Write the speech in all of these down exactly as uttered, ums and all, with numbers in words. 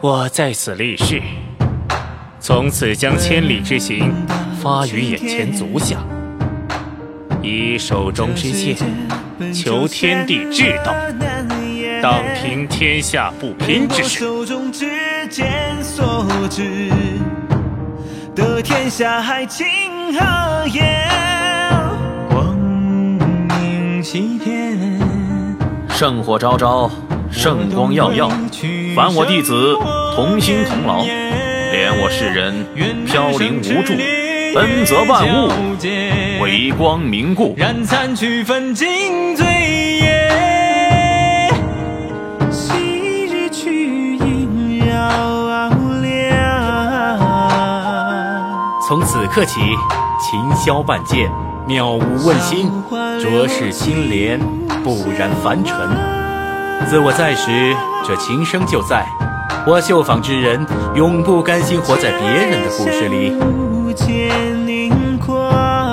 我在此立誓，从此将千里之行发于眼前足下，以手中之剑求天地至道，当平天下不平之事。 手中之剑所指，得天下海情和烟，光明西天， 圣火昭昭，圣光耀耀，凡我弟子同心同劳，怜我世人飘零无助，恩泽万物，为光明故。 燃残去焚尽罪业，昔日去萦绕亮。 从此刻起，琴箫伴剑，妙舞问心，着实清廉，不染凡尘。自我在时，这琴声就在。我绣坊之人，永不甘心活在别人的故事里。 无间凝光，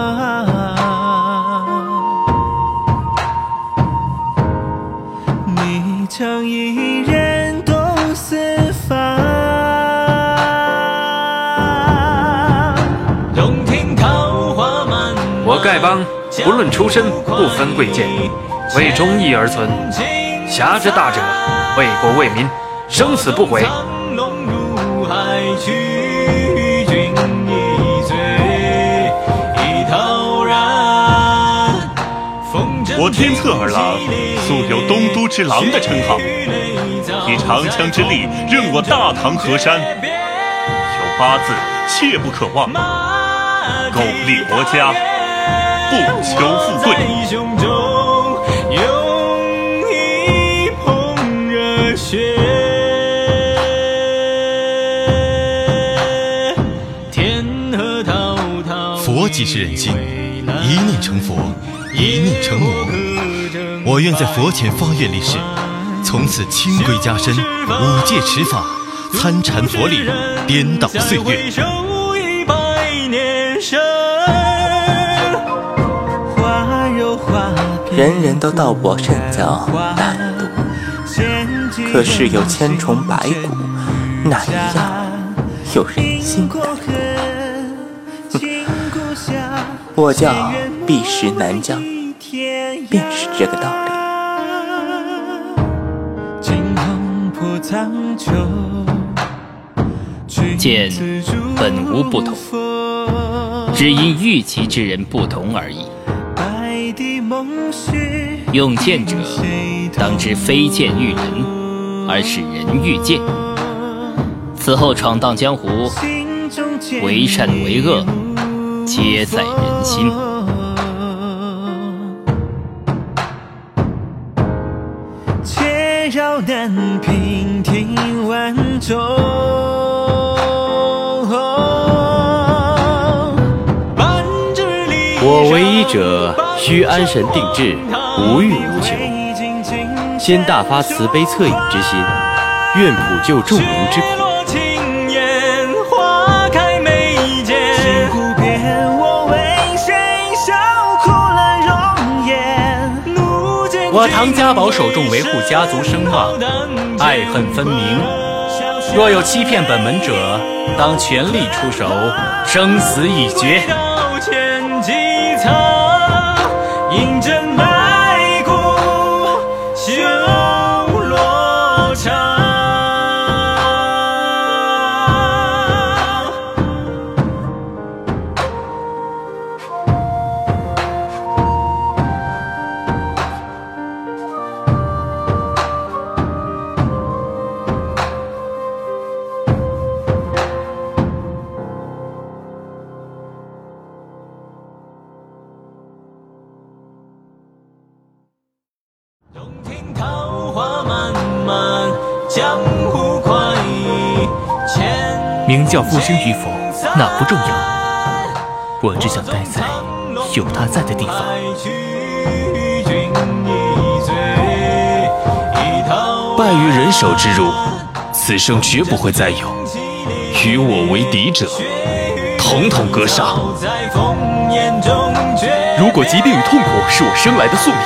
你唱一人东四方，洞庭桃花满。 我丐帮不论出身，不分贵贱，为忠义而存。侠之大者，为国为民，生死不悔。 我天策儿郎素有东都之郎的称号，以长枪之力任我大唐河山，有八字切不可忘：苟利国家，不求富贵。 佛即是人心，一念成佛，一念成魔。我愿在佛前发愿立誓，从此清规加身，五戒持法，参禅佛理，颠倒岁月。 人人都道我身教难读，可是有千重百骨，哪一样有人心难读？我叫避世南疆，便是这个道理。 剑本无不同，只因遇其之人不同而已。用剑者，当知非剑遇人，而是人遇剑。此后闯荡江湖，为善为恶，皆在人心。 且绕难平听万众， 我为医者，须安神定志，无欲无求，先大发慈悲恻隐之心，愿普救众民之苦。我唐家宝首重维护家族声望，爱恨分明。若有欺骗本门者，当全力出手，生死已决。 饮鸩埋骨，修罗场。 名教复生与否，那不重要，我只想待在有他在的地方。败于人手之辱，此生绝不会再有。与我为敌者，统统格杀。如果疾病与痛苦是我生来的宿命，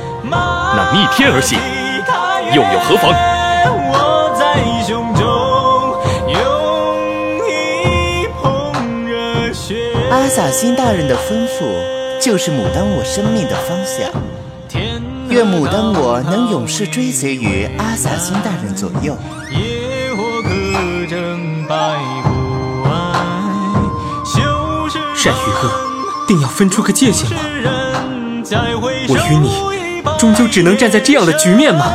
那逆天而行，又有何妨？ 我在胸中。 阿萨辛大人的吩咐就是牡丹我生命的方向，愿牡丹我能永世追随于阿萨辛大人左右。 单于哥，定要分出个界限吗？我与你终究只能站在这样的局面吗？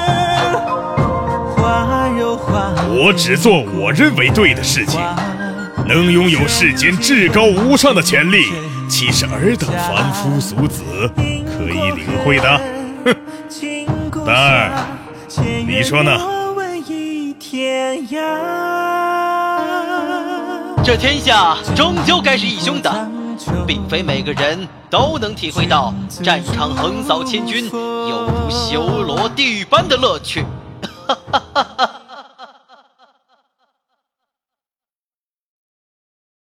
我只做我认为对的事情，能拥有世间至高无上的权利，岂是尔等凡夫俗子可以领会的？哼！丹儿，你说呢？ 这天下终究该是义兄的，并非每个人都能体会到战场横扫千军犹如修罗地狱般的乐趣。哈哈哈哈。